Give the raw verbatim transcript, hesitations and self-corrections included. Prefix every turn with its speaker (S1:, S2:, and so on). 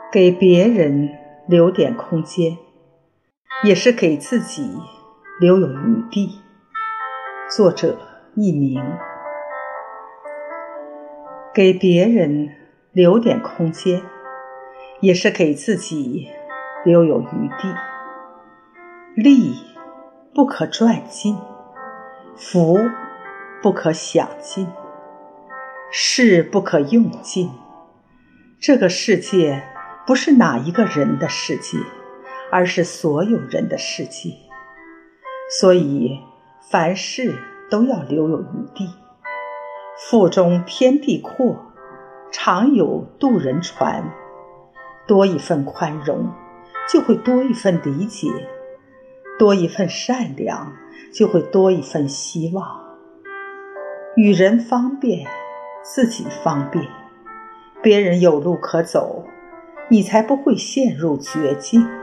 S1: 给别人留点空间，也是给自己留有余地。作者佚名。给别人留点空间，也是给自己留有余地。力不可赚尽，福不可享尽，势不可用尽。这个世界不是哪一个人的世界，而是所有人的世界。所以凡事都要留有余地。腹中天地阔，常有渡人船。多一份宽容，就会多一份理解；多一份善良，就会多一份希望。与人方便，自己方便，别人有路可走，你才不会陷入绝境。